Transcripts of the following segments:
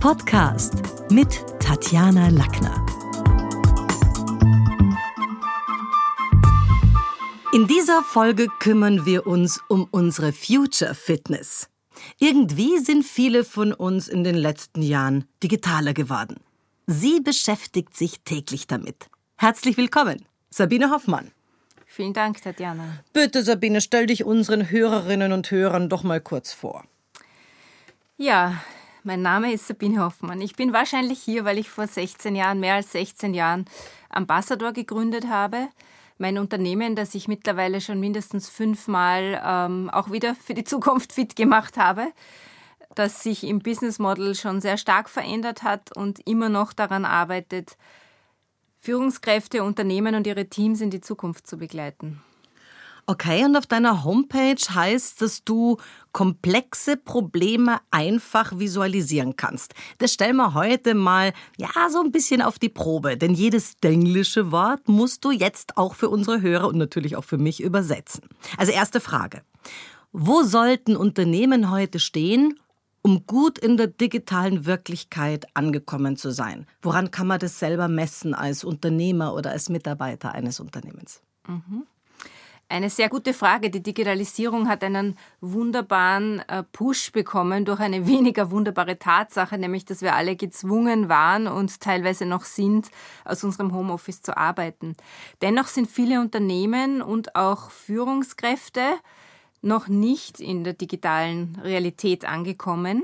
Podcast mit Tatjana Lackner. In dieser Folge kümmern wir uns um unsere Future Fitness. Irgendwie sind viele von uns in den letzten Jahren digitaler geworden. Sie beschäftigt sich täglich damit. Herzlich willkommen, Sabine Hoffmann. Vielen Dank, Tatjana. Bitte, Sabine, stell dich unseren Hörerinnen und Hörern doch mal kurz vor. Ja, mein Name ist Sabine Hoffmann. Ich bin wahrscheinlich hier, weil ich vor mehr als 16 Jahren Ambassador gegründet habe. Mein Unternehmen, das ich mittlerweile schon mindestens 5-mal auch wieder für die Zukunft fit gemacht habe, das sich im Business Model schon sehr stark verändert hat und immer noch daran arbeitet, Führungskräfte, Unternehmen und ihre Teams in die Zukunft zu begleiten. Okay, und auf deiner Homepage heißt, dass du komplexe Probleme einfach visualisieren kannst. Das stellen wir heute mal so ein bisschen auf die Probe, denn jedes englische Wort musst du jetzt auch für unsere Hörer und natürlich auch für mich übersetzen. Also erste Frage. Wo sollten Unternehmen heute stehen, um gut in der digitalen Wirklichkeit angekommen zu sein? Woran kann man das selber messen als Unternehmer oder als Mitarbeiter eines Unternehmens? Eine sehr gute Frage. Die Digitalisierung hat einen wunderbaren Push bekommen durch eine weniger wunderbare Tatsache, nämlich dass wir alle gezwungen waren und teilweise noch sind, aus unserem Homeoffice zu arbeiten. Dennoch sind viele Unternehmen und auch Führungskräfte noch nicht in der digitalen Realität angekommen.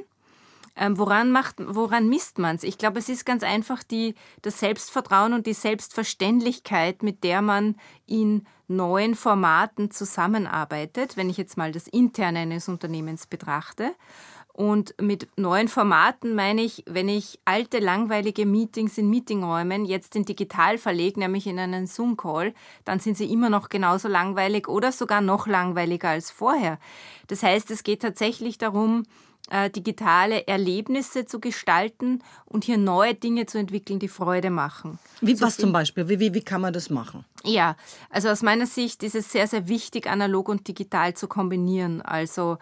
Woran misst man es? Ich glaube, es ist ganz einfach das Selbstvertrauen und die Selbstverständlichkeit, mit der man in neuen Formaten zusammenarbeitet, wenn ich jetzt mal das Interne eines Unternehmens betrachte. Und mit neuen Formaten meine ich, wenn ich alte, langweilige Meetings in Meetingräumen jetzt in digital verlege, nämlich in einen Zoom-Call, dann sind sie immer noch genauso langweilig oder sogar noch langweiliger als vorher. Das heißt, es geht tatsächlich darum, digitale Erlebnisse zu gestalten und hier neue Dinge zu entwickeln, die Freude machen. Was zum Beispiel? Wie kann man das machen? Ja, also aus meiner Sicht ist es sehr, sehr wichtig, analog und digital zu kombinieren. Also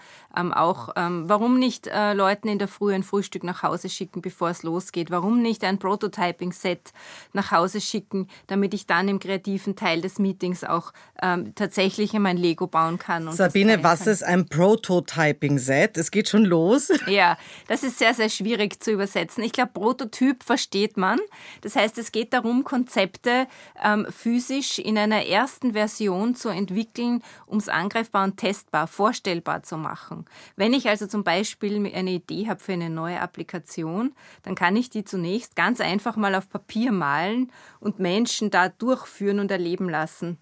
warum nicht Leuten in der Früh ein Frühstück nach Hause schicken, bevor es losgeht? Warum nicht ein Prototyping-Set nach Hause schicken, damit ich dann im kreativen Teil des Meetings auch tatsächlich mein Lego bauen kann? Und Sabine, was ist ein Prototyping-Set? Es geht schon los. Ja, das ist sehr, sehr schwierig zu übersetzen. Ich glaube, Prototyp versteht man. Das heißt, es geht darum, Konzepte physisch in einer ersten Version zu entwickeln, um es angreifbar und testbar, vorstellbar zu machen. Wenn ich also zum Beispiel eine Idee habe für eine neue Applikation, dann kann ich die zunächst ganz einfach mal auf Papier malen und Menschen da durchführen und erleben lassen,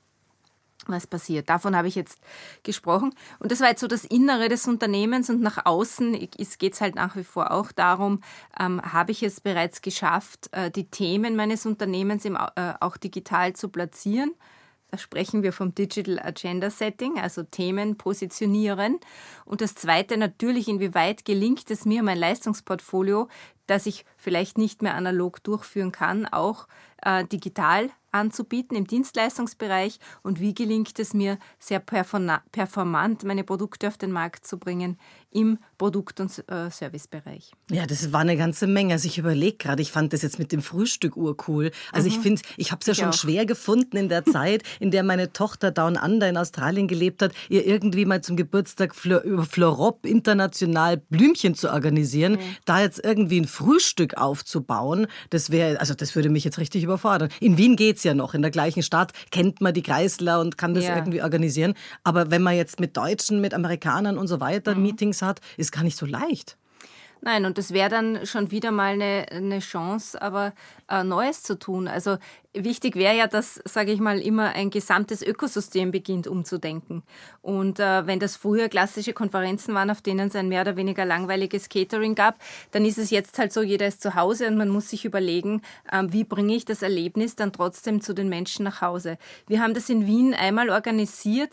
was passiert. Davon habe ich jetzt gesprochen. Und das war jetzt so das Innere des Unternehmens. Und nach außen geht es halt nach wie vor auch darum, habe ich es bereits geschafft, die Themen meines Unternehmens auch digital zu platzieren. Da sprechen wir vom Digital Agenda Setting, also Themen positionieren. Und das Zweite natürlich, inwieweit gelingt es mir, mein Leistungsportfolio, das ich vielleicht nicht mehr analog durchführen kann, auch digital anzubieten im Dienstleistungsbereich und wie gelingt es mir, sehr performant meine Produkte auf den Markt zu bringen im Produkt- und Servicebereich. Ja, das war eine ganze Menge. Also ich überlege gerade, ich fand das jetzt mit dem Frühstück urcool. Also ich finde, ich habe es ja schon schwer gefunden in der Zeit, in der meine Tochter Down Under in Australien gelebt hat, ihr irgendwie mal zum Geburtstag über Florop international Blümchen zu organisieren. Da jetzt irgendwie ein Frühstück aufzubauen, das würde mich jetzt richtig überfordern. In Wien geht's ja noch, in der gleichen Stadt kennt man die Kreisler und kann das irgendwie organisieren. Aber wenn man jetzt mit Deutschen, mit Amerikanern und so weiter Meetings hat, ist gar nicht so leicht. Nein, und das wäre dann schon wieder mal eine Chance, aber Neues zu tun. Also wichtig wäre ja, dass, sage ich mal, immer ein gesamtes Ökosystem beginnt umzudenken. Und wenn das früher klassische Konferenzen waren, auf denen es ein mehr oder weniger langweiliges Catering gab, dann ist es jetzt halt so, jeder ist zu Hause und man muss sich überlegen, wie bringe ich das Erlebnis dann trotzdem zu den Menschen nach Hause. Wir haben das in Wien einmal organisiert,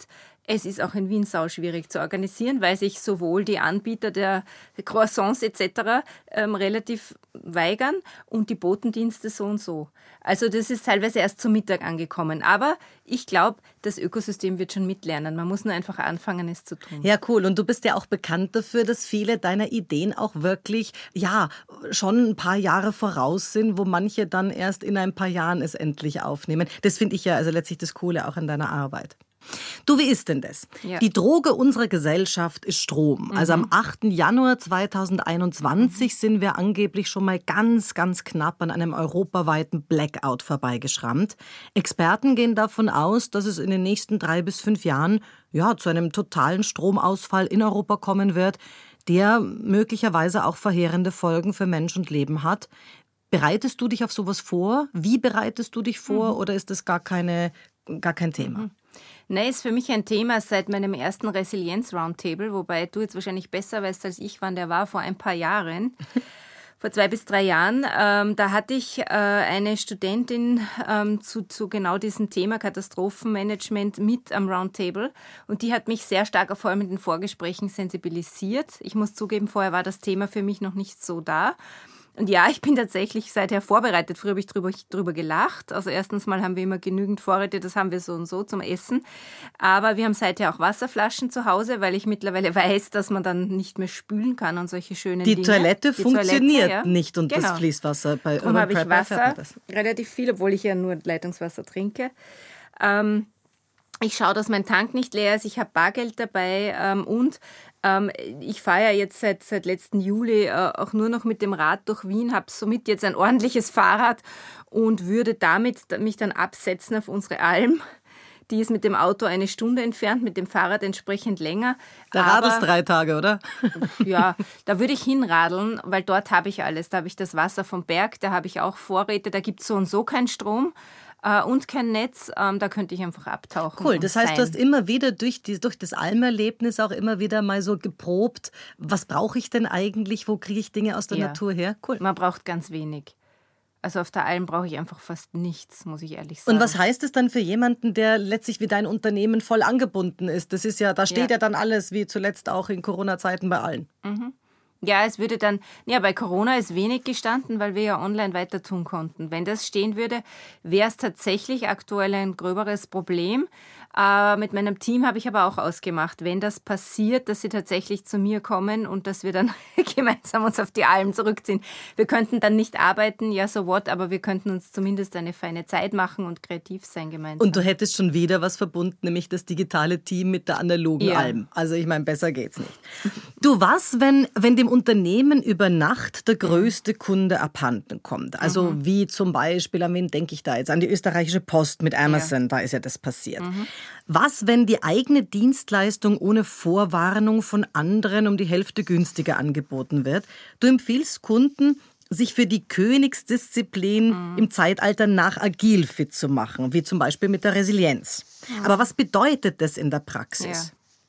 Es ist auch in Wien sauschwierig zu organisieren, weil sich sowohl die Anbieter der Croissants etc. Relativ weigern und die Botendienste so und so. Also das ist teilweise erst zum Mittag angekommen. Aber ich glaube, das Ökosystem wird schon mitlernen. Man muss nur einfach anfangen, es zu tun. Ja, cool. Und du bist ja auch bekannt dafür, dass viele deiner Ideen auch wirklich, ja, schon ein paar Jahre voraus sind, wo manche dann erst in ein paar Jahren es endlich aufnehmen. Das finde ich ja also letztlich das Coole auch an deiner Arbeit. Du, wie ist denn das? Ja. Die Droge unserer Gesellschaft ist Strom. Also am 8. Januar 2021 sind wir angeblich schon mal ganz, ganz knapp an einem europaweiten Blackout vorbeigeschrammt. Experten gehen davon aus, dass es in den nächsten 3 bis 5 Jahren zu einem totalen Stromausfall in Europa kommen wird, der möglicherweise auch verheerende Folgen für Mensch und Leben hat. Bereitest du dich auf sowas vor? Wie bereitest du dich vor? Oder ist das gar kein Thema? Nein, ist für mich ein Thema seit meinem ersten Resilienz-Roundtable, wobei du jetzt wahrscheinlich besser weißt als ich, wann der war, vor ein paar Jahren. Vor 2 bis 3 Jahren. Da hatte ich eine Studentin zu genau diesem Thema Katastrophenmanagement mit am Roundtable. Und die hat mich sehr stark, vor allem in den Vorgesprächen, sensibilisiert. Ich muss zugeben, vorher war das Thema für mich noch nicht so da. Und ja, ich bin tatsächlich seither vorbereitet. Früher habe ich drüber gelacht. Also erstens mal haben wir immer genügend Vorräte, das haben wir so und so zum Essen. Aber wir haben seither auch Wasserflaschen zu Hause, weil ich mittlerweile weiß, dass man dann nicht mehr spülen kann und solche schönen Dinge. Die Toilette funktioniert nicht und das Fließwasser. Darum habe ich Wasser, relativ viel, obwohl ich ja nur Leitungswasser trinke. Ich schaue, dass mein Tank nicht leer ist. Ich habe Bargeld dabei und ich fahre ja jetzt seit letzten Juli auch nur noch mit dem Rad durch Wien, habe somit jetzt ein ordentliches Fahrrad und würde damit mich dann absetzen auf unsere Alm. Die ist mit dem Auto 1 Stunde entfernt, mit dem Fahrrad entsprechend länger. Der Rad ist 3 Tage, oder? Ja, da würde ich hinradeln, weil dort habe ich alles. Da habe ich das Wasser vom Berg, da habe ich auch Vorräte, da gibt es so und so keinen Strom. Und kein Netz, da könnte ich einfach abtauchen. Cool, das heißt, du hast immer wieder durch das Almerlebnis auch immer wieder mal so geprobt, was brauche ich denn eigentlich, wo kriege ich Dinge aus der Natur her? Cool. Man braucht ganz wenig. Also auf der Alm brauche ich einfach fast nichts, muss ich ehrlich sagen. Und was heißt es dann für jemanden, der letztlich wie dein Unternehmen voll angebunden ist? Das ist da steht ja dann alles, wie zuletzt auch in Corona-Zeiten bei allen. Mhm. Ja, es würde dann, bei Corona ist wenig gestanden, weil wir ja online weiter tun konnten. Wenn das stehen würde, wäre es tatsächlich aktuell ein gröberes Problem. Mit meinem Team habe ich aber auch ausgemacht, wenn das passiert, dass sie tatsächlich zu mir kommen und dass wir dann gemeinsam uns auf die Alm zurückziehen. Wir könnten dann nicht arbeiten, ja so what, aber wir könnten uns zumindest eine feine Zeit machen und kreativ sein gemeinsam. Und du hättest schon wieder was verbunden, nämlich das digitale Team mit der analogen Alm. Also ich meine, besser geht's nicht. Du, was, wenn dem Unternehmen über Nacht der größte Kunde abhanden kommt? Also wie zum Beispiel, an wen denke ich da jetzt? An die österreichische Post mit Amazon, da ist ja das passiert. Was, wenn die eigene Dienstleistung ohne Vorwarnung von anderen um die Hälfte günstiger angeboten wird? Du empfiehlst Kunden, sich für die Königsdisziplin im Zeitalter nach agil fit zu machen, wie zum Beispiel mit der Resilienz. Aber was bedeutet das in der Praxis?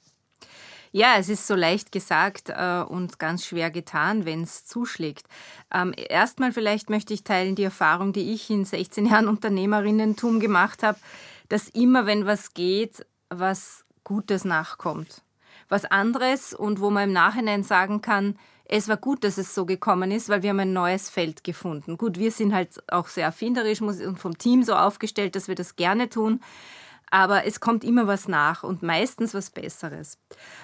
Ja, es ist so leicht gesagt und ganz schwer getan, wenn es zuschlägt. Erstmal vielleicht möchte ich teilen die Erfahrung, die ich in 16 Jahren Unternehmerinnentum gemacht habe, dass immer, wenn was geht, was Gutes nachkommt. Was anderes und wo man im Nachhinein sagen kann, es war gut, dass es so gekommen ist, weil wir haben ein neues Feld gefunden. Gut, wir sind halt auch sehr erfinderisch und vom Team so aufgestellt, dass wir das gerne tun. Aber es kommt immer was nach und meistens was Besseres.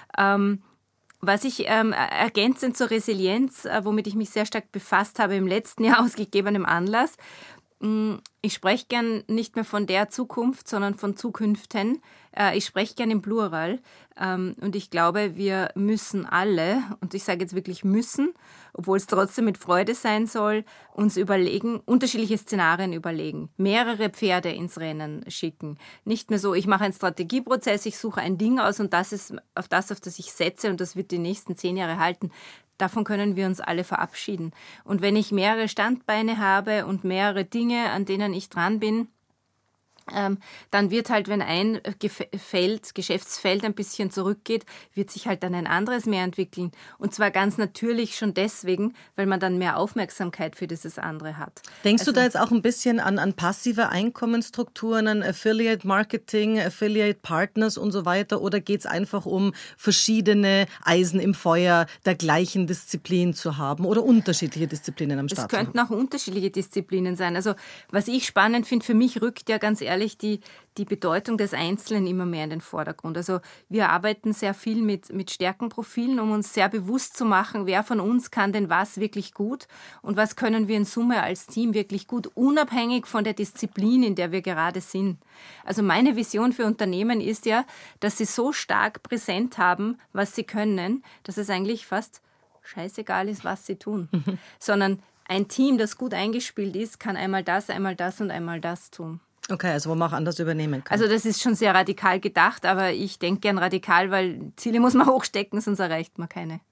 Was ich ergänzend zur Resilienz, womit ich mich sehr stark befasst habe im letzten Jahr aus gegebenem Anlass, ich spreche gern nicht mehr von der Zukunft, sondern von Zukünften. Ich spreche gern im Plural. Und ich glaube, wir müssen alle, und ich sage jetzt wirklich müssen, obwohl es trotzdem mit Freude sein soll, uns überlegen, unterschiedliche Szenarien überlegen. Mehrere Pferde ins Rennen schicken. Nicht mehr so, ich mache einen Strategieprozess, ich suche ein Ding aus und das ist auf das ich setze und das wird die nächsten 10 Jahre halten. Davon können wir uns alle verabschieden. Und wenn ich mehrere Standbeine habe und mehrere Dinge, an denen ich dran bin, Dann wird halt, wenn ein Geschäftsfeld ein bisschen zurückgeht, wird sich halt dann ein anderes mehr entwickeln. Und zwar ganz natürlich schon deswegen, weil man dann mehr Aufmerksamkeit für dieses andere hat. Denkst du da jetzt auch ein bisschen an passive Einkommensstrukturen, an Affiliate Marketing, Affiliate Partners und so weiter? Oder geht es einfach um verschiedene Eisen im Feuer der gleichen Disziplin zu haben oder unterschiedliche Disziplinen am Start zu haben? Es könnten auch unterschiedliche Disziplinen sein. Also was ich spannend finde, für mich rückt ja ganz ehrlich die Bedeutung des Einzelnen immer mehr in den Vordergrund. Also wir arbeiten sehr viel mit Stärkenprofilen, um uns sehr bewusst zu machen, wer von uns kann denn was wirklich gut und was können wir in Summe als Team wirklich gut, unabhängig von der Disziplin, in der wir gerade sind. Also meine Vision für Unternehmen ist ja, dass sie so stark präsent haben, was sie können, dass es eigentlich fast scheißegal ist, was sie tun. Sondern ein Team, das gut eingespielt ist, kann einmal das und einmal das tun. Okay, also wo man auch anders übernehmen kann. Also das ist schon sehr radikal gedacht, aber ich denke gern radikal, weil Ziele muss man hochstecken, sonst erreicht man keine.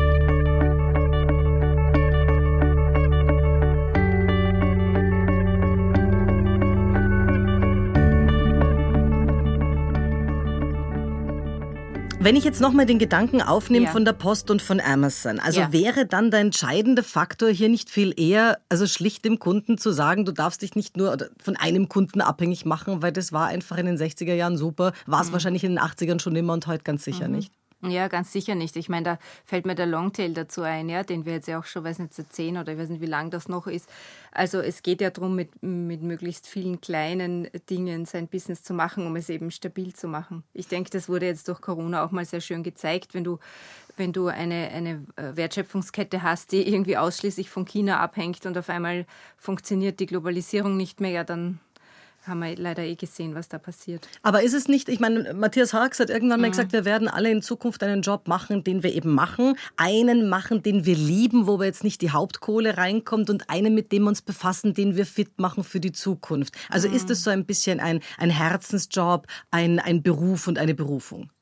Wenn ich jetzt nochmal den Gedanken aufnehme von der Post und von Amazon, also wäre dann der entscheidende Faktor hier nicht viel eher, also schlicht dem Kunden zu sagen, du darfst dich nicht nur von einem Kunden abhängig machen, weil das war einfach in den 60er Jahren super, war es wahrscheinlich in den 80ern schon immer und heute ganz sicher nicht. Ja, ganz sicher nicht. Ich meine, da fällt mir der Longtail dazu ein, ja, den wir jetzt ja auch schon, weiß nicht, seit 10 oder ich weiß nicht, wie lang das noch ist. Also es geht ja darum, mit möglichst vielen kleinen Dingen sein Business zu machen, um es eben stabil zu machen. Ich denke, das wurde jetzt durch Corona auch mal sehr schön gezeigt, wenn du eine Wertschöpfungskette hast, die irgendwie ausschließlich von China abhängt und auf einmal funktioniert die Globalisierung nicht mehr, ja, dann haben wir leider gesehen, was da passiert. Aber ist es nicht, ich meine, Matthias Harks hat irgendwann mal gesagt, wir werden alle in Zukunft einen Job machen, den wir eben machen. Einen machen, den wir lieben, wo wir jetzt nicht die Hauptkohle reinkommt und einen, mit dem wir uns befassen, den wir fit machen für die Zukunft. Also ist es so ein bisschen ein Herzensjob, ein Beruf und eine Berufung?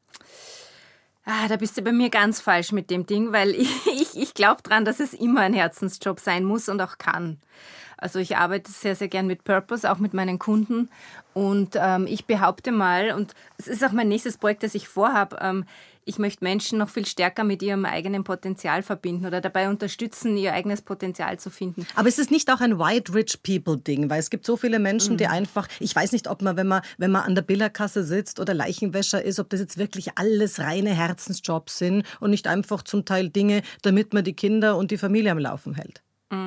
Da bist du bei mir ganz falsch mit dem Ding, weil ich glaube dran, dass es immer ein Herzensjob sein muss und auch kann. Also ich arbeite sehr, sehr gern mit Purpose, auch mit meinen Kunden. Und ich behaupte mal, und es ist auch mein nächstes Projekt, das ich vorhabe, ich möchte Menschen noch viel stärker mit ihrem eigenen Potenzial verbinden oder dabei unterstützen, ihr eigenes Potenzial zu finden. Aber ist es nicht auch ein White Rich People Ding? Weil es gibt so viele Menschen, die einfach, ich weiß nicht, ob man, wenn man an der Billerkasse sitzt oder Leichenwäscher ist, ob das jetzt wirklich alles reine Herzensjobs sind und nicht einfach zum Teil Dinge, damit man die Kinder und die Familie am Laufen hält.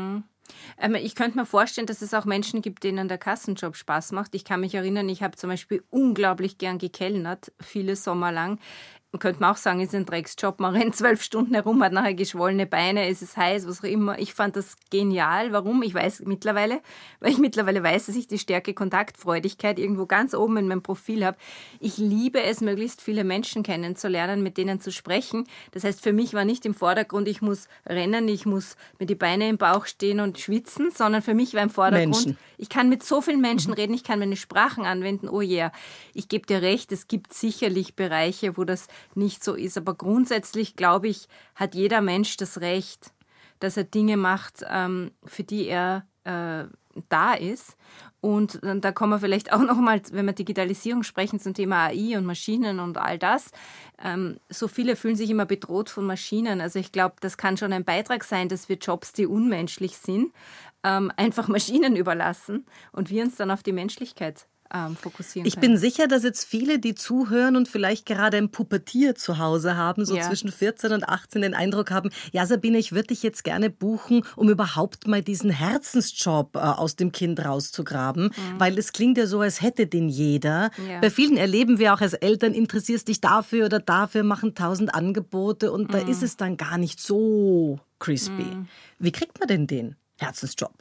Ich könnte mir vorstellen, dass es auch Menschen gibt, denen der Kassenjob Spaß macht. Ich kann mich erinnern, ich habe zum Beispiel unglaublich gern gekellnert, viele Sommer lang. Man könnte auch sagen, es ist ein Drecksjob, man rennt 12 Stunden herum, hat nachher geschwollene Beine, es ist heiß, was auch immer. Ich fand das genial. Warum? Ich weiß mittlerweile, weil ich mittlerweile weiß, dass ich die Stärke Kontaktfreudigkeit irgendwo ganz oben in meinem Profil habe. Ich liebe es, möglichst viele Menschen kennenzulernen, mit denen zu sprechen. Das heißt, für mich war nicht im Vordergrund, ich muss rennen, ich muss mit die Beine im Bauch stehen und schwitzen, sondern für mich war im Vordergrund, Menschen. Ich kann mit so vielen Menschen reden, ich kann meine Sprachen anwenden, oh yeah. Ich gebe dir recht, es gibt sicherlich Bereiche, wo das nicht so ist. Aber grundsätzlich, glaube ich, hat jeder Mensch das Recht, dass er Dinge macht, für die er da ist. Und da kommen wir vielleicht auch noch mal, wenn wir Digitalisierung sprechen, zum Thema AI und Maschinen und all das. So viele fühlen sich immer bedroht von Maschinen. Also ich glaube, das kann schon ein Beitrag sein, dass wir Jobs, die unmenschlich sind, einfach Maschinen überlassen und wir uns dann auf die Menschlichkeit fokussieren Ich bin sicher, dass jetzt viele, die zuhören und vielleicht gerade ein Pubertier zu Hause haben, so zwischen 14 und 18 den Eindruck haben, ja Sabine, ich würde dich jetzt gerne buchen, um überhaupt mal diesen Herzensjob aus dem Kind rauszugraben, weil es klingt ja so, als hätte den jeder. Ja. Bei vielen erleben wir auch als Eltern, interessierst dich dafür oder dafür, machen 1000 Angebote und da ist es dann gar nicht so crispy. Wie kriegt man denn den Herzensjob?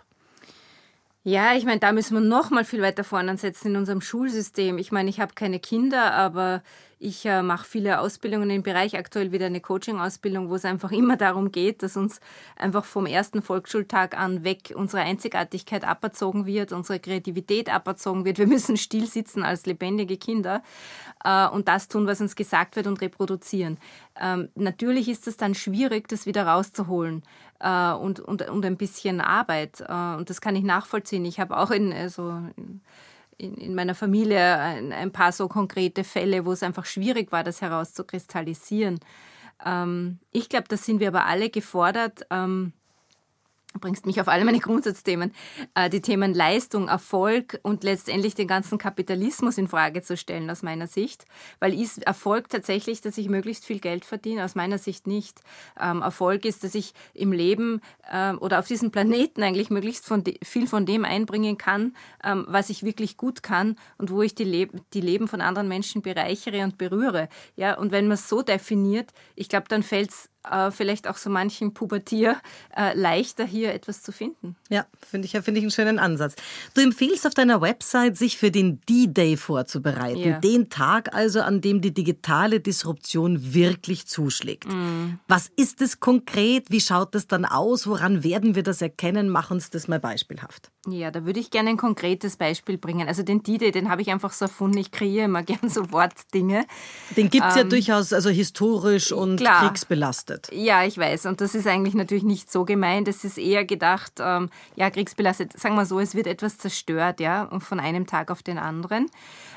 Ja, ich meine, da müssen wir noch mal viel weiter vorne ansetzen in unserem Schulsystem. Ich meine, ich habe keine Kinder, aber ich mache viele Ausbildungen im Bereich, aktuell wieder eine Coaching-Ausbildung, wo es einfach immer darum geht, dass uns einfach vom ersten Volksschultag an weg unsere Einzigartigkeit aberzogen wird, unsere Kreativität aberzogen wird. Wir müssen still sitzen als lebendige Kinder und das tun, was uns gesagt wird und reproduzieren. Natürlich ist es dann schwierig, das wieder rauszuholen und ein bisschen Arbeit. Und das kann ich nachvollziehen. Ich habe auch in meiner Familie ein paar so konkrete Fälle, wo es einfach schwierig war, das herauszukristallisieren. Ich glaube, da sind wir aber alle gefordert. Bringst mich auf alle meine Grundsatzthemen, die Themen Leistung, Erfolg und letztendlich den ganzen Kapitalismus in Frage zu stellen aus meiner Sicht. Weil ist Erfolg tatsächlich, dass ich möglichst viel Geld verdiene? Aus meiner Sicht nicht. Erfolg ist, dass ich im Leben oder auf diesem Planeten eigentlich möglichst viel von dem einbringen kann, was ich wirklich gut kann und wo ich die Leben von anderen Menschen bereichere und berühre. Ja, und wenn man es so definiert, ich glaube, dann fällt es vielleicht auch so manchen Pubertier leichter, hier etwas zu finden. Ja, finde ich einen schönen Ansatz. Du empfiehlst auf deiner Website, sich für den D-Day vorzubereiten. Ja. Den Tag also, an dem die digitale Disruption wirklich zuschlägt. Was ist es konkret? Wie schaut es dann aus? Woran werden wir das erkennen? Mach uns das mal beispielhaft. Ja, da würde ich gerne ein konkretes Beispiel bringen. Also den D-Day, den habe ich einfach so erfunden. Ich kreiere immer gern so Wortdinge. Den gibt es ja durchaus also historisch und kriegsbelastet. Ja, ich weiß. Und das ist eigentlich natürlich nicht so gemeint. Es ist eher gedacht, kriegsbelastet. Sagen wir so, es wird etwas zerstört, ja, von einem Tag auf den anderen.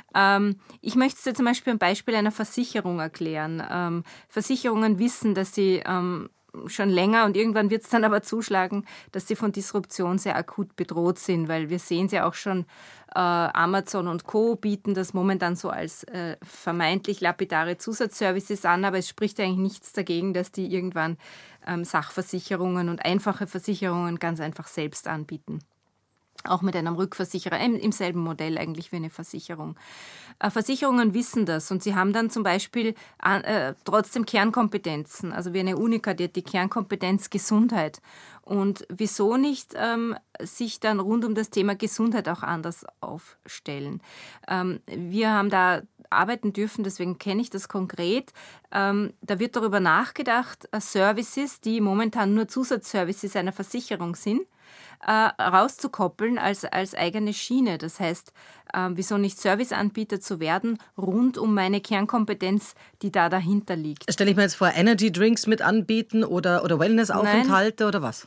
Ich möchte es dir zum Beispiel am Beispiel einer Versicherung erklären. Versicherungen wissen, dass sie schon länger und irgendwann wird es dann aber zuschlagen, dass sie von Disruption sehr akut bedroht sind, weil wir sehen es ja auch schon, Amazon und Co. bieten das momentan so als vermeintlich lapidare Zusatzservices an, aber es spricht eigentlich nichts dagegen, dass die irgendwann Sachversicherungen und einfache Versicherungen ganz einfach selbst anbieten. Auch mit einem Rückversicherer, im selben Modell eigentlich wie eine Versicherung. Versicherungen wissen das und sie haben dann zum Beispiel trotzdem Kernkompetenzen. Also wie eine Unica, die hat die Kernkompetenz Gesundheit. Und wieso nicht sich dann rund um das Thema Gesundheit auch anders aufstellen? Wir haben da arbeiten dürfen, deswegen kenne ich das konkret. Da wird darüber nachgedacht, Services, die momentan nur Zusatzservices einer Versicherung sind, rauszukoppeln als eigene Schiene. Das heißt, wieso nicht Serviceanbieter zu werden, rund um meine Kernkompetenz, die da dahinter liegt. Stelle ich mir jetzt vor, Energy Drinks mit anbieten oder Wellnessaufenthalte oder was?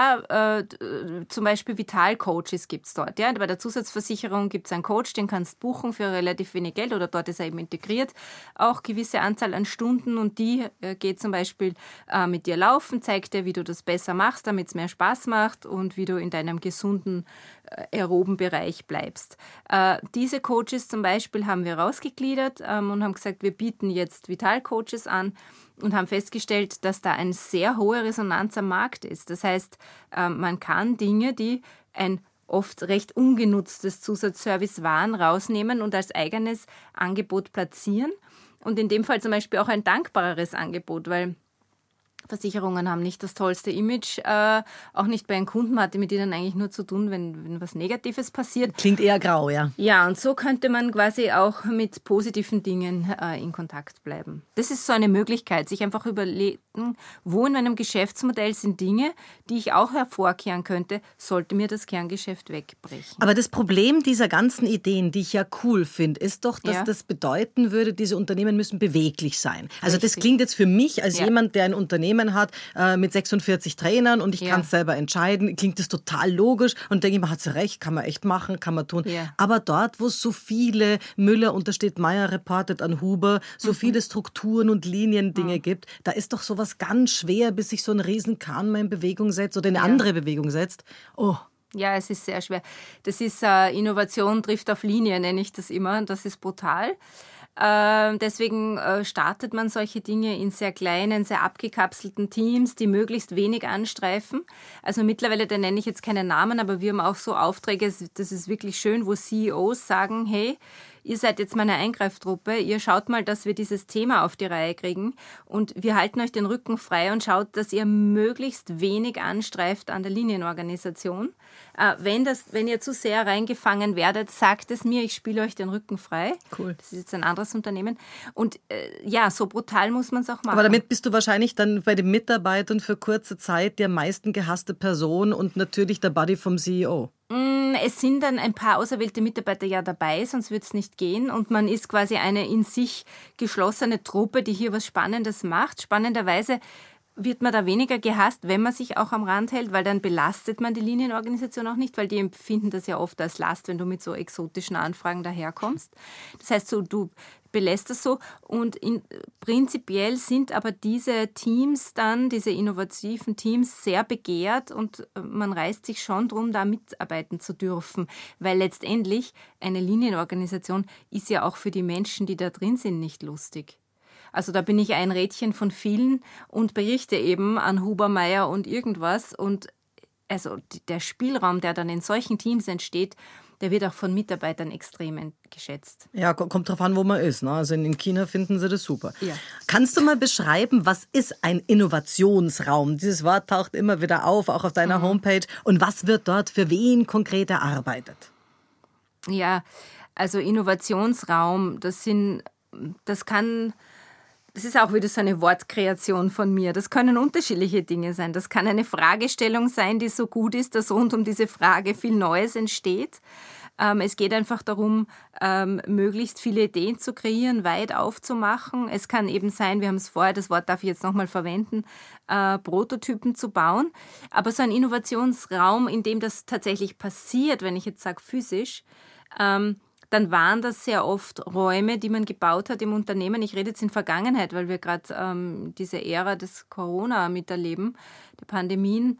Ja, zum Beispiel Vitalcoaches gibt es dort. Ja? Bei der Zusatzversicherung gibt es einen Coach, den kannst du buchen für relativ wenig Geld oder dort ist er eben integriert. Auch gewisse Anzahl an Stunden und die geht zum Beispiel mit dir laufen, zeigt dir, wie du das besser machst, damit es mehr Spaß macht und wie du in deinem gesunden aeroben Bereich bleibst. Diese Coaches zum Beispiel haben wir rausgegliedert und haben gesagt, wir bieten jetzt Vitalcoaches an und haben festgestellt, dass da eine sehr hohe Resonanz am Markt ist. Das heißt, man kann Dinge, die ein oft recht ungenutztes Zusatzservice waren, rausnehmen und als eigenes Angebot platzieren. Und in dem Fall zum Beispiel auch ein dankbareres Angebot, weil Versicherungen haben nicht das tollste Image, auch nicht bei einem Kunden. Man hatte mit ihnen eigentlich nur zu tun, wenn was Negatives passiert. Klingt eher grau, ja. Ja, und so könnte man quasi auch mit positiven Dingen in Kontakt bleiben. Das ist so eine Möglichkeit, sich einfach überlegen, wo in meinem Geschäftsmodell sind Dinge, die ich auch hervorkehren könnte, sollte mir das Kerngeschäft wegbrechen. Aber das Problem dieser ganzen Ideen, die ich ja cool finde, ist doch, dass das bedeuten würde, diese Unternehmen müssen beweglich sein. Also das klingt jetzt für mich als jemand, der ein Unternehmen hat mit 46 Trainern und ich kann es selber entscheiden, klingt das total logisch und denke ich mir, hat sie recht, kann man echt machen, kann man tun. Ja. Aber dort, wo es so viele Müller, und da steht Meyer reportet an Huber, so viele Strukturen und Linien-Dinge gibt, da ist doch sowas ganz schwer, bis sich so ein Riesenkahn mal in Bewegung setzt oder in eine andere Bewegung setzt. Oh. Ja, es ist sehr schwer. Das ist Innovation trifft auf Linie, nenne ich das immer. Das ist brutal. Deswegen startet man solche Dinge in sehr kleinen, sehr abgekapselten Teams, die möglichst wenig anstreifen. Also mittlerweile, da nenne ich jetzt keine Namen, aber wir haben auch so Aufträge, das ist wirklich schön, wo CEOs sagen, hey, ihr seid jetzt meine Eingreiftruppe, ihr schaut mal, dass wir dieses Thema auf die Reihe kriegen und wir halten euch den Rücken frei und schaut, dass ihr möglichst wenig anstreift an der Linienorganisation. Wenn ihr zu sehr reingefangen werdet, sagt es mir, ich spiele euch den Rücken frei. Cool. Das ist jetzt ein anderes Unternehmen. Und so brutal muss man es auch machen. Aber damit bist du wahrscheinlich dann bei den Mitarbeitern für kurze Zeit die am meisten gehasste Person und natürlich der Buddy vom CEO. Es sind dann ein paar auserwählte Mitarbeiter ja dabei, sonst würde es nicht gehen. Und man ist quasi eine in sich geschlossene Truppe, die hier was Spannendes macht. Spannenderweise wird man da weniger gehasst, wenn man sich auch am Rand hält, weil dann belastet man die Linienorganisation auch nicht, weil die empfinden das ja oft als Last, wenn du mit so exotischen Anfragen daherkommst. Das heißt, so, du belässt das so und prinzipiell sind aber diese Teams dann, diese innovativen Teams, sehr begehrt und man reißt sich schon drum, da mitarbeiten zu dürfen, weil letztendlich eine Linienorganisation ist ja auch für die Menschen, die da drin sind, nicht lustig. Also da bin ich ein Rädchen von vielen und berichte eben an Hubermeier und irgendwas. Und also der Spielraum, der dann in solchen Teams entsteht, der wird auch von Mitarbeitern extrem geschätzt. Ja, kommt drauf an, wo man ist. Ne? Also in China finden sie das super. Ja. Kannst du mal beschreiben, was ist ein Innovationsraum? Dieses Wort taucht immer wieder auf, auch auf deiner Homepage. Und was wird dort für wen konkret erarbeitet? Ja, also Innovationsraum, das ist auch wieder so eine Wortkreation von mir. Das können unterschiedliche Dinge sein. Das kann eine Fragestellung sein, die so gut ist, dass rund um diese Frage viel Neues entsteht. Es geht einfach darum, möglichst viele Ideen zu kreieren, weit aufzumachen. Es kann eben sein, wir haben es vorher, das Wort darf ich jetzt nochmal verwenden, Prototypen zu bauen. Aber so ein Innovationsraum, in dem das tatsächlich passiert, wenn ich jetzt sage physisch, dann waren das sehr oft Räume, die man gebaut hat im Unternehmen. Ich rede jetzt in Vergangenheit, weil wir gerade diese Ära des Corona miterleben, der Pandemien.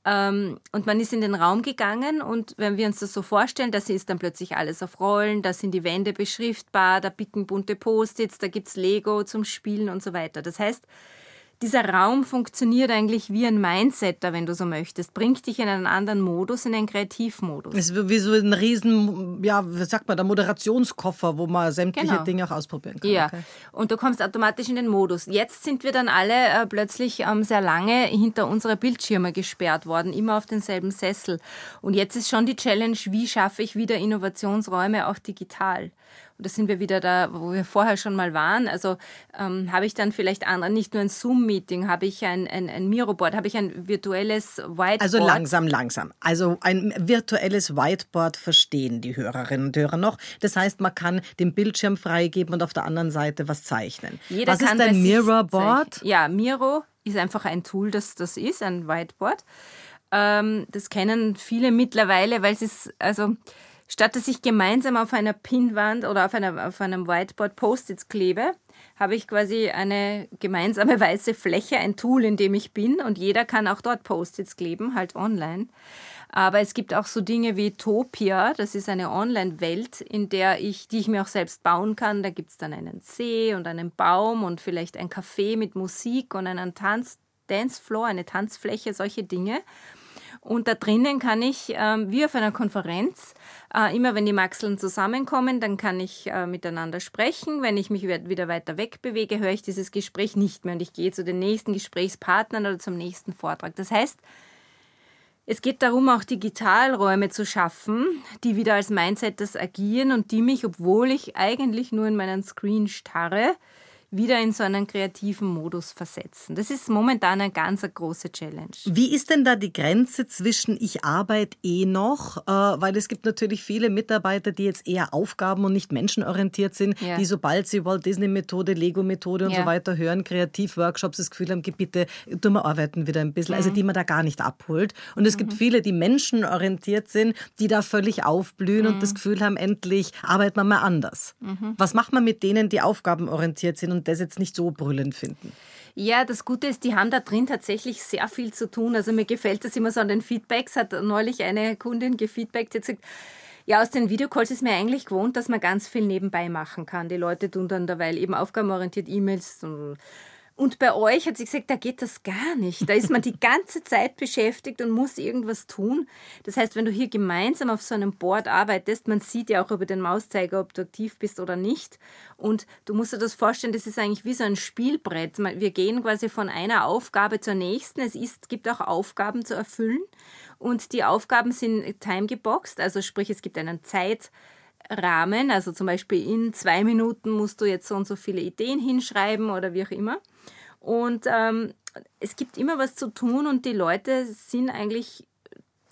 Und man ist in den Raum gegangen und wenn wir uns das so vorstellen, da ist dann plötzlich alles auf Rollen, da sind die Wände beschriftbar, da picken bunte Post-its, da gibt's Lego zum Spielen und so weiter. Das heißt, dieser Raum funktioniert eigentlich wie ein Mindsetter, wenn du so möchtest. Bringt dich in einen anderen Modus, in einen Kreativmodus. Es ist wie so ein riesen, ja, wie sagt man, der Moderationskoffer, wo man sämtliche Dinge auch ausprobieren kann. Ja, okay. Und du kommst automatisch in den Modus. Jetzt sind wir dann alle plötzlich sehr lange hinter unsere Bildschirme gesperrt worden, immer auf denselben Sessel. Und jetzt ist schon die Challenge, wie schaffe ich wieder Innovationsräume auch digital? Und da sind wir wieder da, wo wir vorher schon mal waren. Also habe ich dann vielleicht nicht nur ein Zoom-Meeting, habe ich ein Miro-Board, habe ich ein virtuelles Whiteboard. Also langsam. Also ein virtuelles Whiteboard verstehen die Hörerinnen und Hörer noch. Das heißt, man kann den Bildschirm freigeben und auf der anderen Seite was zeichnen. Was ist ein Miro-Board? Ja, Miro ist einfach ein Tool, das ist, ein Whiteboard. Das kennen viele mittlerweile, weil es ist, also statt dass ich gemeinsam auf einer Pinnwand oder auf einem Whiteboard Post-its klebe, habe ich quasi eine gemeinsame weiße Fläche, ein Tool, in dem ich bin und jeder kann auch dort Post-its kleben, halt online. Aber es gibt auch so Dinge wie Topia, das ist eine Online-Welt, die ich mir auch selbst bauen kann. Da gibt es dann einen See und einen Baum und vielleicht ein Café mit Musik und einen Dancefloor, eine Tanzfläche, solche Dinge. Und da drinnen kann ich, wie auf einer Konferenz, immer wenn die Maxeln zusammenkommen, dann kann ich miteinander sprechen. Wenn ich mich wieder weiter wegbewege, höre ich dieses Gespräch nicht mehr und ich gehe zu den nächsten Gesprächspartnern oder zum nächsten Vortrag. Das heißt, es geht darum, auch Digitalräume zu schaffen, die wieder als Mindsetters agieren und die mich, obwohl ich eigentlich nur in meinen Screen starre, wieder in so einen kreativen Modus versetzen. Das ist momentan eine ganz große Challenge. Wie ist denn da die Grenze zwischen ich arbeite noch, weil es gibt natürlich viele Mitarbeiter, die jetzt eher aufgaben- und nicht menschenorientiert sind, die sobald sie Walt Disney-Methode, Lego-Methode und so weiter hören, Kreativworkshops das Gefühl haben, bitte, tun wir arbeiten wieder ein bisschen, also die man da gar nicht abholt. Und es gibt viele, die menschenorientiert sind, die da völlig aufblühen und das Gefühl haben, endlich arbeiten wir mal anders. Was macht man mit denen, die aufgabenorientiert sind und das jetzt nicht so brüllend finden? Ja, das Gute ist, die haben da drin tatsächlich sehr viel zu tun. Also mir gefällt das immer so an den Feedbacks. Hat neulich eine Kundin gefeedbackt, die hat gesagt, ja, aus den Videocalls ist mir eigentlich gewohnt, dass man ganz viel nebenbei machen kann. Die Leute tun dann derweil eben aufgabenorientiert E-Mails und bei euch hat sie gesagt, da geht das gar nicht. Da ist man die ganze Zeit beschäftigt und muss irgendwas tun. Das heißt, wenn du hier gemeinsam auf so einem Board arbeitest, man sieht ja auch über den Mauszeiger, ob du aktiv bist oder nicht. Und du musst dir das vorstellen, das ist eigentlich wie so ein Spielbrett. Wir gehen quasi von einer Aufgabe zur nächsten. Es gibt auch Aufgaben zu erfüllen. Und die Aufgaben sind timegeboxt, also sprich, es gibt einen Zeitrahmen. Also zum Beispiel in 2 Minuten musst du jetzt so und so viele Ideen hinschreiben oder wie auch immer. Und es gibt immer was zu tun und die Leute sind eigentlich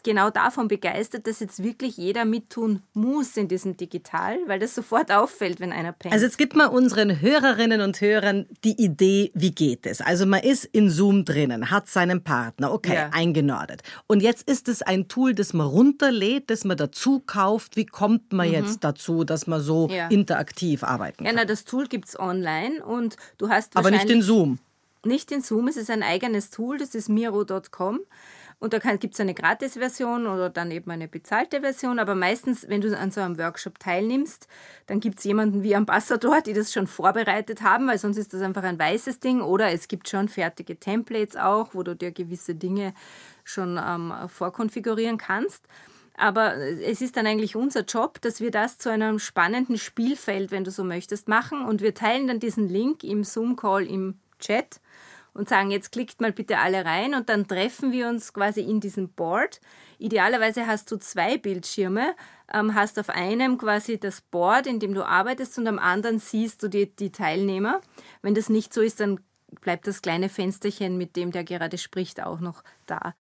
genau davon begeistert, dass jetzt wirklich jeder mittun muss in diesem Digital, weil das sofort auffällt, wenn einer pennt. Also jetzt gibt man unseren Hörerinnen und Hörern die Idee, wie geht es? Also man ist in Zoom drinnen, hat seinen Partner, okay, eingenordet. Und jetzt ist es ein Tool, das man runterlädt, das man dazu kauft. Wie kommt man jetzt dazu, dass man so interaktiv arbeiten kann? Ja, das Tool gibt es online und du hast aber nicht in Zoom. Nicht in Zoom, es ist ein eigenes Tool, das ist miro.com. Und da gibt es eine Gratis-Version oder dann eben eine bezahlte Version. Aber meistens, wenn du an so einem Workshop teilnimmst, dann gibt es jemanden wie Ambassador, die das schon vorbereitet haben, weil sonst ist das einfach ein weißes Ding. Oder es gibt schon fertige Templates auch, wo du dir gewisse Dinge schon vorkonfigurieren kannst. Aber es ist dann eigentlich unser Job, dass wir das zu einem spannenden Spielfeld, wenn du so möchtest, machen. Und wir teilen dann diesen Link im Zoom-Call im Chat und sagen, jetzt klickt mal bitte alle rein und dann treffen wir uns quasi in diesem Board. Idealerweise hast du 2 Bildschirme, hast auf einem quasi das Board, in dem du arbeitest und am anderen siehst du die Teilnehmer. Wenn das nicht so ist, dann bleibt das kleine Fensterchen, mit dem der gerade spricht, auch noch da.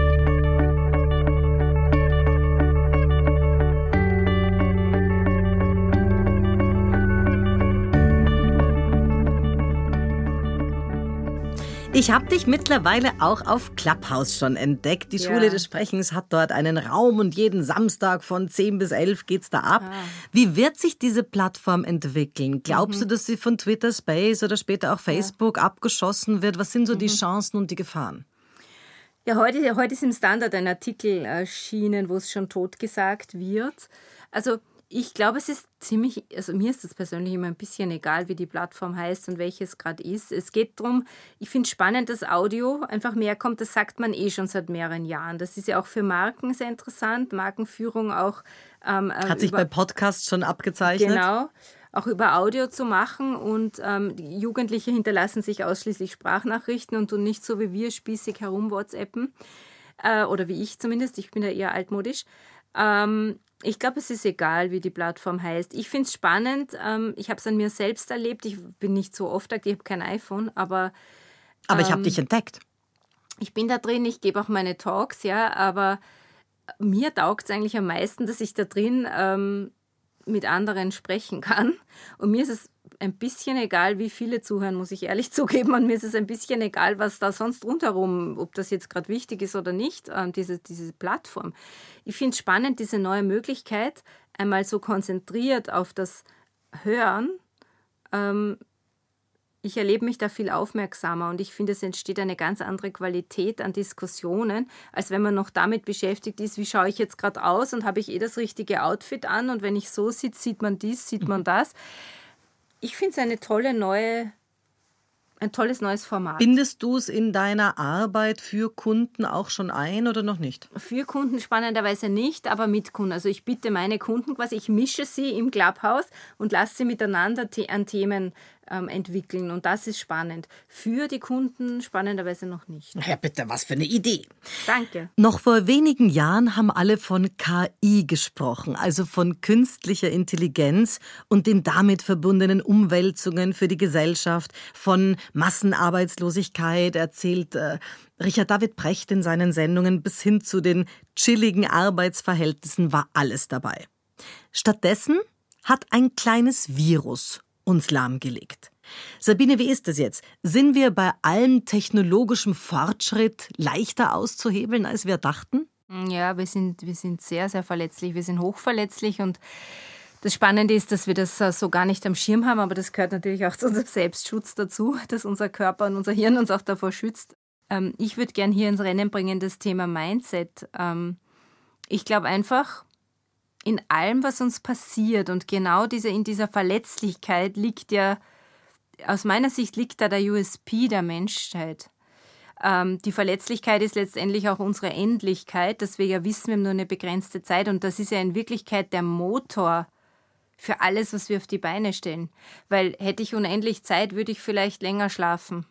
Ich habe dich mittlerweile auch auf Clubhouse schon entdeckt. Die Schule des Sprechens hat dort einen Raum und jeden Samstag von 10 bis 11 geht's da ab. Wie wird sich diese Plattform entwickeln? Glaubst du, dass sie von Twitter Space oder später auch Facebook abgeschossen wird? Was sind so die Chancen und die Gefahren? Ja, heute ist im Standard ein Artikel erschienen, wo es schon totgesagt wird. Also ich glaube, es ist also mir ist es persönlich immer ein bisschen egal, wie die Plattform heißt und welches gerade ist. Es geht darum, ich finde es spannend, dass Audio einfach mehr kommt, das sagt man schon seit mehreren Jahren. Das ist ja auch für Marken sehr interessant, Markenführung auch. Hat sich bei Podcasts schon abgezeichnet? Genau, auch über Audio zu machen und die Jugendliche hinterlassen sich ausschließlich Sprachnachrichten und tun nicht so wie wir spießig herum WhatsAppen oder wie ich zumindest, ich bin ja eher altmodisch. Ich glaube, es ist egal, wie die Plattform heißt. Ich finde es spannend. Ich habe es an mir selbst erlebt. Ich bin nicht so oft aktiv, ich habe kein iPhone, aber ich habe dich entdeckt. Ich bin da drin, ich gebe auch meine Talks, ja, aber mir taugt es eigentlich am meisten, dass ich da drin mit anderen sprechen kann. Und mir ist es ein bisschen egal, wie viele zuhören, muss ich ehrlich zugeben. Und mir ist es ein bisschen egal, was da sonst rundherum, ob das jetzt gerade wichtig ist oder nicht, diese Plattform. Ich finde es spannend, diese neue Möglichkeit, einmal so konzentriert auf das Hören. Ich erlebe mich da viel aufmerksamer und ich finde, es entsteht eine ganz andere Qualität an Diskussionen, als wenn man noch damit beschäftigt ist, wie schaue ich jetzt gerade aus und habe ich das richtige Outfit an und wenn ich so sitze, sieht man dies, sieht man das. Ich finde es ein tolles neues Format. Bindest du es in deiner Arbeit für Kunden auch schon ein oder noch nicht? Für Kunden spannenderweise nicht, aber mit Kunden. Also ich bitte meine Kunden quasi, ich mische sie im Clubhouse und lasse sie miteinander an Themen entwickeln. Und das ist spannend. Für die Kunden spannenderweise noch nicht. Ja, bitte, was für eine Idee. Danke. Noch vor wenigen Jahren haben alle von KI gesprochen, also von künstlicher Intelligenz und den damit verbundenen Umwälzungen für die Gesellschaft, von Massenarbeitslosigkeit, erzählt Richard David Precht in seinen Sendungen, bis hin zu den chilligen Arbeitsverhältnissen war alles dabei. Stattdessen hat ein kleines Virus uns lahmgelegt. Sabine, wie ist es jetzt? Sind wir bei allem technologischem Fortschritt leichter auszuhebeln, als wir dachten? Ja, wir sind sehr, sehr verletzlich. Wir sind hochverletzlich und das Spannende ist, dass wir das so gar nicht am Schirm haben, aber das gehört natürlich auch zu unserem Selbstschutz dazu, dass unser Körper und unser Hirn uns auch davor schützt. Ich würde gern hier ins Rennen bringen das Thema Mindset. Ich glaube einfach, in allem, was uns passiert und genau in dieser Verletzlichkeit aus meiner Sicht liegt da der USP der Menschheit. Die Verletzlichkeit ist letztendlich auch unsere Endlichkeit, dass wir ja wissen, wir haben nur eine begrenzte Zeit und das ist ja in Wirklichkeit der Motor für alles, was wir auf die Beine stellen. Weil hätte ich unendlich Zeit, würde ich vielleicht länger schlafen.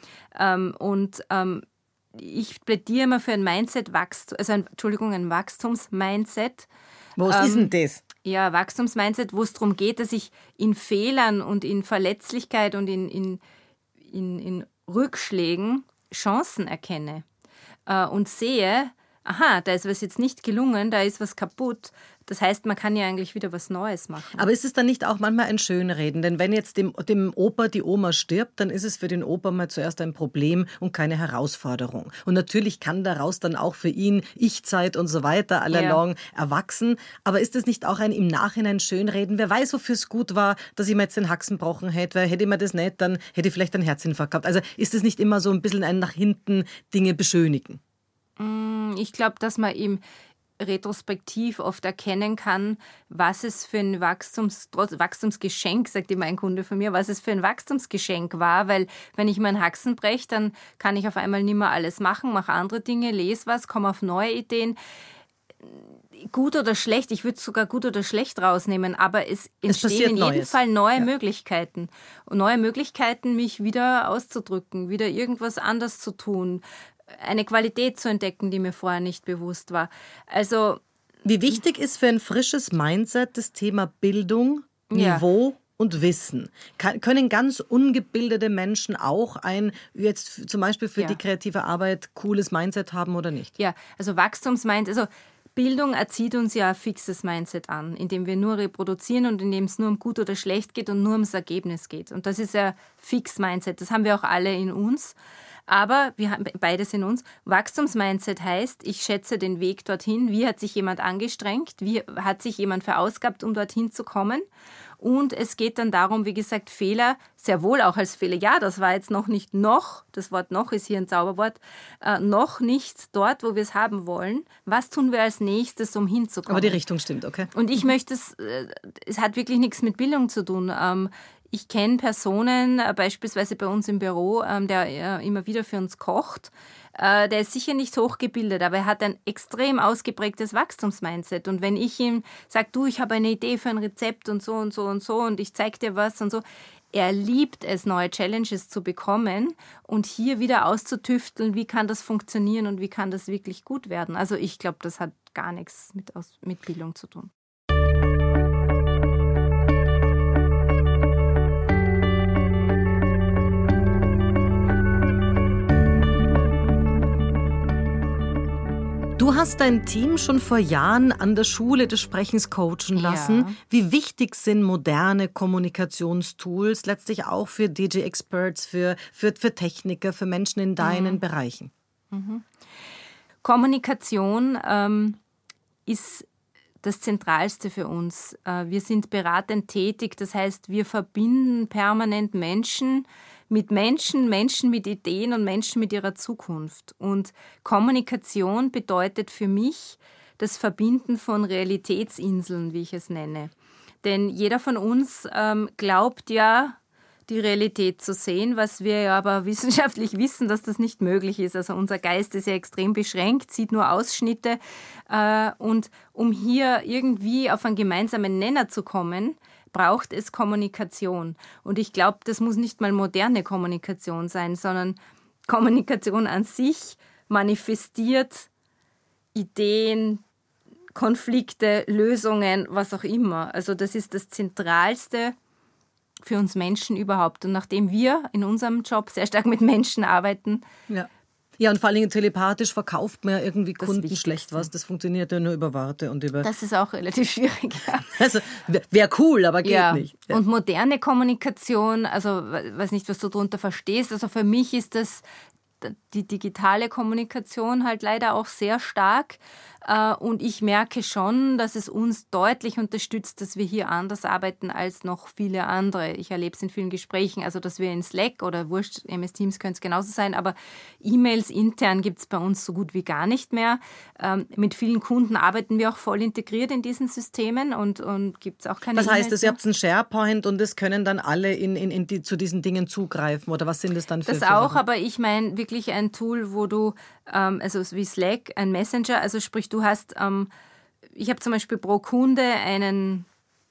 Ich plädiere immer für ein ein Wachstumsmindset. Was ist denn das? Ja, Wachstumsmindset, wo es darum geht, dass ich in Fehlern und in Verletzlichkeit und in Rückschlägen Chancen erkenne und sehe, aha, da ist was jetzt nicht gelungen, da ist was kaputt. Das heißt, man kann ja eigentlich wieder was Neues machen. Aber ist es dann nicht auch manchmal ein Schönreden? Denn wenn jetzt dem Opa die Oma stirbt, dann ist es für den Opa mal zuerst ein Problem und keine Herausforderung. Und natürlich kann daraus dann auch für ihn Ich-Zeit und so weiter allalong erwachsen. Aber ist es nicht auch ein im Nachhinein Schönreden? Wer weiß, wofür es gut war, dass ich mir jetzt den Haxen gebrochen hätte, weil hätte ich mir das nicht, dann hätte ich vielleicht einen Herzinfarkt gehabt. Also ist es nicht immer so ein bisschen ein nach hinten Dinge beschönigen? Ich glaube, dass man ihm retrospektiv oft erkennen kann, was es für ein Wachstumsgeschenk, sagt immer ein Kunde von mir, was es für ein Wachstumsgeschenk war, weil wenn ich meinen Haxen breche, dann kann ich auf einmal nicht mehr alles machen, mache andere Dinge, lese was, komme auf neue Ideen. Gut oder schlecht, ich würde sogar gut oder schlecht rausnehmen, aber es entstehen in jedem Fall neue Möglichkeiten. Und neue Möglichkeiten, mich wieder auszudrücken, wieder irgendwas anders zu tun, eine Qualität zu entdecken, die mir vorher nicht bewusst war. Also, wie wichtig ist für ein frisches Mindset das Thema Bildung, Niveau und Wissen? Können ganz ungebildete Menschen auch ein, jetzt zum Beispiel für die kreative Arbeit, cooles Mindset haben oder nicht? Ja, also Wachstumsmindset, also Bildung erzieht uns ja ein fixes Mindset an, indem wir nur reproduzieren und indem es nur um gut oder schlecht geht und nur ums Ergebnis geht. Und das ist ja fix Mindset, das haben wir auch alle in uns. Aber wir haben beides in uns. Wachstumsmindset heißt, ich schätze den Weg dorthin. Wie hat sich jemand angestrengt? Wie hat sich jemand verausgabt, um dorthin zu kommen? Und es geht dann darum, wie gesagt, Fehler, sehr wohl auch als Fehler. Ja, das war jetzt noch nicht das Wort noch ist hier ein Zauberwort, noch nicht dort, wo wir es haben wollen. Was tun wir als nächstes, um hinzukommen? Aber die Richtung stimmt, okay. Und ich möchte es hat wirklich nichts mit Bildung zu tun. Ich kenne Personen, beispielsweise bei uns im Büro, der immer wieder für uns kocht. Der ist sicher nicht hochgebildet, aber er hat ein extrem ausgeprägtes Wachstumsmindset. Und wenn ich ihm sage, du, ich habe eine Idee für ein Rezept und so und so und so und ich zeige dir was und so, er liebt es, neue Challenges zu bekommen und hier wieder auszutüfteln, wie kann das funktionieren und wie kann das wirklich gut werden. Also ich glaube, das hat gar nichts mit Bildung zu tun. Du hast dein Team schon vor Jahren an der Schule des Sprechens coachen lassen. Ja. Wie wichtig sind moderne Kommunikationstools, letztlich auch für DJ-Experts, für Techniker, für Menschen in deinen Bereichen? Kommunikation ist das Zentralste für uns. Wir sind beratend tätig, das heißt, wir verbinden permanent Menschen mit Ideen und Menschen mit ihrer Zukunft. Und Kommunikation bedeutet für mich das Verbinden von Realitätsinseln, wie ich es nenne. Denn jeder von uns glaubt ja, die Realität zu sehen, was wir ja aber wissenschaftlich wissen, dass das nicht möglich ist. Also unser Geist ist ja extrem beschränkt, sieht nur Ausschnitte. Und um hier irgendwie auf einen gemeinsamen Nenner zu kommen, braucht es Kommunikation. Und ich glaube, das muss nicht mal moderne Kommunikation sein, sondern Kommunikation an sich manifestiert Ideen, Konflikte, Lösungen, was auch immer. Also das ist das Zentralste für uns Menschen überhaupt. Und nachdem wir in unserem Job sehr stark mit Menschen arbeiten, ja, und vor allem telepathisch verkauft man ja irgendwie Kunden schlecht was. Das funktioniert ja nur über Worte und über... Das ist auch relativ schwierig, ja. Also wäre cool, aber geht nicht. Ja. Und moderne Kommunikation, also weiß nicht, was du darunter verstehst, also für mich ist das die digitale Kommunikation halt leider auch sehr stark. Und ich merke schon, dass es uns deutlich unterstützt, dass wir hier anders arbeiten als noch viele andere. Ich erlebe es in vielen Gesprächen, also dass wir in Slack oder wurscht, MS Teams könnte es genauso sein, aber E-Mails intern gibt es bei uns so gut wie gar nicht mehr. Mit vielen Kunden arbeiten wir auch voll integriert in diesen Systemen und gibt es auch keine Das heißt, ihr habt einen SharePoint und es können dann alle zu diesen Dingen zugreifen oder was sind das dann für Das auch, aber ich meine wirklich ein Tool, wo du, also wie Slack, ein Messenger, also sprich, du hast, ich habe zum Beispiel pro Kunde einen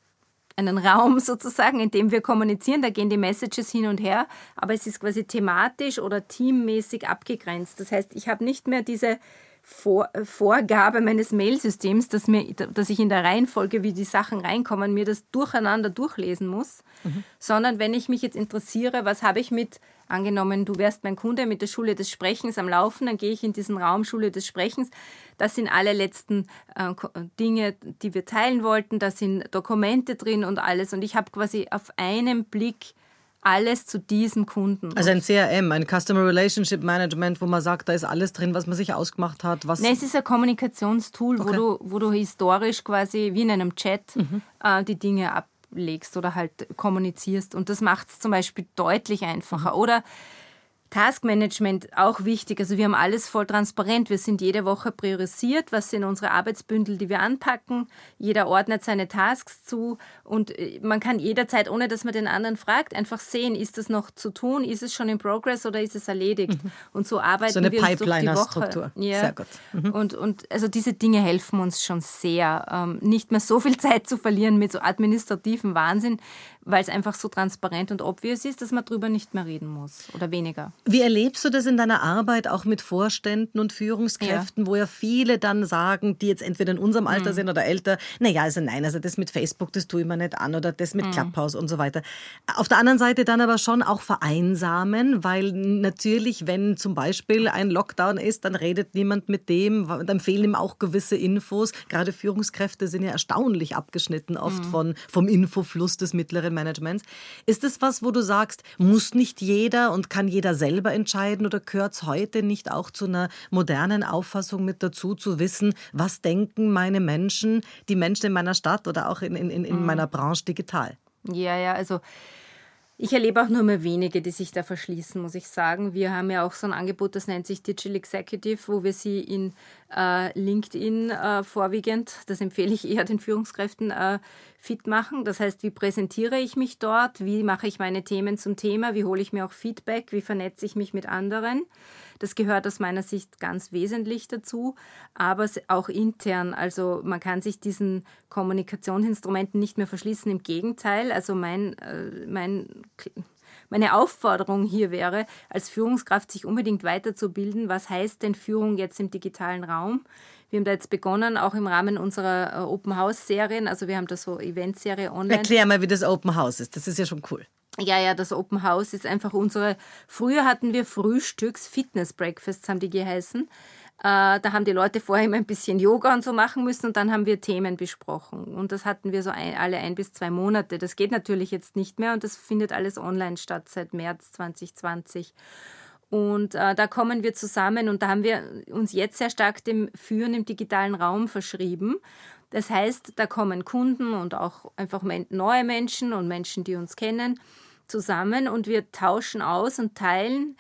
Raum sozusagen, in dem wir kommunizieren, da gehen die Messages hin und her, aber es ist quasi thematisch oder teammäßig abgegrenzt. Das heißt, ich habe nicht mehr diese Vorgabe meines Mailsystems, dass ich in der Reihenfolge, wie die Sachen reinkommen, mir das durcheinander durchlesen muss, sondern wenn ich mich jetzt interessiere, was habe ich angenommen, du wärst mein Kunde mit der Schule des Sprechens am Laufen, dann gehe ich in diesen Raum Schule des Sprechens. Das sind alle letzten Dinge, die wir teilen wollten, da sind Dokumente drin und alles. Und ich habe quasi auf einen Blick alles zu diesem Kunden. Also ein CRM, ein Customer Relationship Management, wo man sagt, da ist alles drin, was man sich ausgemacht hat. Nein, es ist ein Kommunikationstool, okay, wo du historisch quasi wie in einem Chat die Dinge ablegst oder halt kommunizierst. Und das macht es zum Beispiel deutlich einfacher. Oder Taskmanagement, auch wichtig. Also wir haben alles voll transparent. Wir sind jede Woche priorisiert. Was sind unsere Arbeitsbündel, die wir anpacken? Jeder ordnet seine Tasks zu. Und man kann jederzeit, ohne dass man den anderen fragt, einfach sehen, ist das noch zu tun? Ist es schon in Progress oder ist es erledigt? Und so arbeiten wir uns durch die Woche. Ja. Sehr gut. Und also diese Dinge helfen uns schon sehr. Nicht mehr so viel Zeit zu verlieren mit so administrativen Wahnsinn, weil es einfach so transparent und obvious ist, dass man darüber nicht mehr reden muss oder weniger. Wie erlebst du das in deiner Arbeit auch mit Vorständen und Führungskräften, wo ja viele dann sagen, die jetzt entweder in unserem Alter sind oder älter, also das mit Facebook, das tue ich mir nicht an oder das mit Clubhouse und so weiter. Auf der anderen Seite dann aber schon auch vereinsamen, weil natürlich, wenn zum Beispiel ein Lockdown ist, dann redet niemand mit dem, dann fehlen ihm auch gewisse Infos. Gerade Führungskräfte sind ja erstaunlich abgeschnitten oft vom Infofluss des mittleren Managements. Ist das was, wo du sagst, muss nicht jeder und kann jeder selber entscheiden oder gehört es heute nicht auch zu einer modernen Auffassung mit dazu, zu wissen, was denken meine Menschen, die Menschen in meiner Stadt oder auch in meiner Branche digital? Ja, also ich erlebe auch nur mehr wenige, die sich da verschließen, muss ich sagen. Wir haben ja auch so ein Angebot, das nennt sich Digital Executive, wo wir sie in LinkedIn vorwiegend, das empfehle ich eher den Führungskräften, fit machen. Das heißt, wie präsentiere ich mich dort, wie mache ich meine Themen zum Thema, wie hole ich mir auch Feedback, wie vernetze ich mich mit anderen. Das gehört aus meiner Sicht ganz wesentlich dazu, aber auch intern. Also man kann sich diesen Kommunikationsinstrumenten nicht mehr verschließen. Im Gegenteil, also meine Aufforderung hier wäre, als Führungskraft sich unbedingt weiterzubilden. Was heißt denn Führung jetzt im digitalen Raum? Wir haben da jetzt begonnen, auch im Rahmen unserer Open-House-Serien. Also wir haben da so Eventserie online. Erklär mal, wie das Open House ist. Das ist ja schon cool. Ja, das Open House ist einfach früher hatten wir Fitness-Breakfasts haben die geheißen. Da haben die Leute vorher immer ein bisschen Yoga und so machen müssen und dann haben wir Themen besprochen. Und das hatten wir so alle 1 bis 2 Monate. Das geht natürlich jetzt nicht mehr und das findet alles online statt seit März 2020. Und da kommen wir zusammen und da haben wir uns jetzt sehr stark dem Führen im digitalen Raum verschrieben. Das heißt, da kommen Kunden und auch einfach neue Menschen und Menschen, die uns kennen, zusammen und wir tauschen aus und teilen,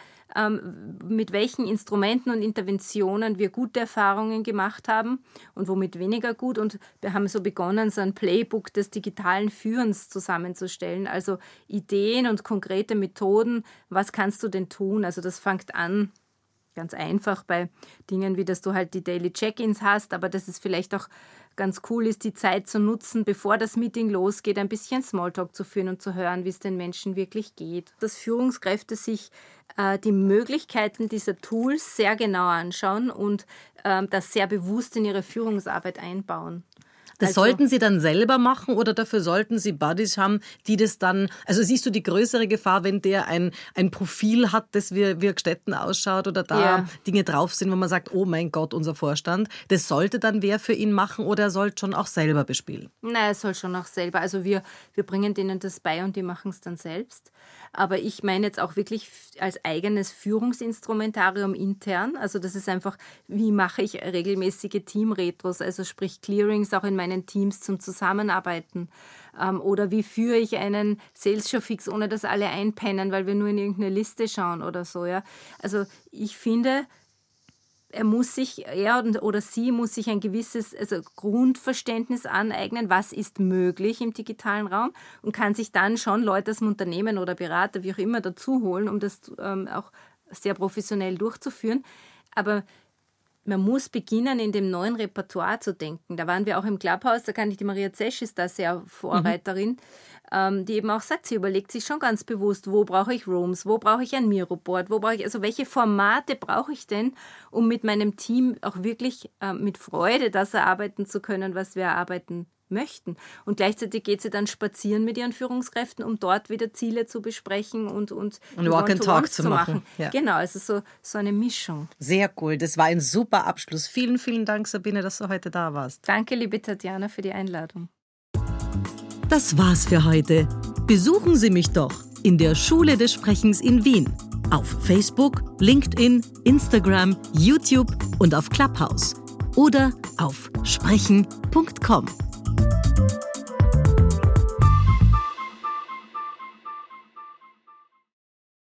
mit welchen Instrumenten und Interventionen wir gute Erfahrungen gemacht haben und womit weniger gut. Und wir haben so begonnen, so ein Playbook des digitalen Führens zusammenzustellen, also Ideen und konkrete Methoden. Was kannst du denn tun? Also das fängt an ganz einfach bei Dingen, wie dass du halt die Daily Check-ins hast, aber dass es vielleicht auch ganz cool ist, die Zeit zu nutzen, bevor das Meeting losgeht, ein bisschen Smalltalk zu führen und zu hören, wie es den Menschen wirklich geht. Dass Führungskräfte sich die Möglichkeiten dieser Tools sehr genau anschauen und das sehr bewusst in ihre Führungsarbeit einbauen. Das sollten Sie dann selber machen oder dafür sollten Sie Buddies haben, die das dann, also siehst du die größere Gefahr, wenn der ein Profil hat, das wie Gstetten ausschaut oder da Dinge drauf sind, wo man sagt, oh mein Gott, unser Vorstand, das sollte dann wer für ihn machen oder er sollte schon auch selber bespielen? Nein, er soll schon auch selber. Also wir bringen denen das bei und die machen es dann selbst. Aber ich meine jetzt auch wirklich als eigenes Führungsinstrumentarium intern. Also das ist einfach, wie mache ich regelmäßige Teamretros, also sprich Clearings auch in meinen Teams zum Zusammenarbeiten. Oder wie führe ich einen Sales-Show fix, ohne dass alle einpennen, weil wir nur in irgendeine Liste schauen oder so. Ja? Also ich finde, er oder sie muss sich ein gewisses Grundverständnis aneignen, was ist möglich im digitalen Raum und kann sich dann schon Leute aus dem Unternehmen oder Berater, wie auch immer, dazu holen, um das auch sehr professionell durchzuführen. Aber man muss beginnen, in dem neuen Repertoire zu denken. Da waren wir auch im Clubhouse, da kann ich, die Maria Zesch ist da sehr Vorreiterin. die eben auch sagt, sie überlegt sich schon ganz bewusst, wo brauche ich Rooms, wo brauche ich ein Miroboard, also welche Formate brauche ich denn, um mit meinem Team auch wirklich mit Freude das erarbeiten zu können, was wir erarbeiten möchten. Und gleichzeitig geht sie dann spazieren mit ihren Führungskräften, um dort wieder Ziele zu besprechen und Walk and Talk zu machen. Ja. Genau, also so eine Mischung. Sehr cool, das war ein super Abschluss. Vielen, vielen Dank, Sabine, dass du heute da warst. Danke, liebe Tatjana, für die Einladung. Das war's für heute. Besuchen Sie mich doch in der Schule des Sprechens in Wien. Auf Facebook, LinkedIn, Instagram, YouTube und auf Clubhouse. Oder auf sprechen.com.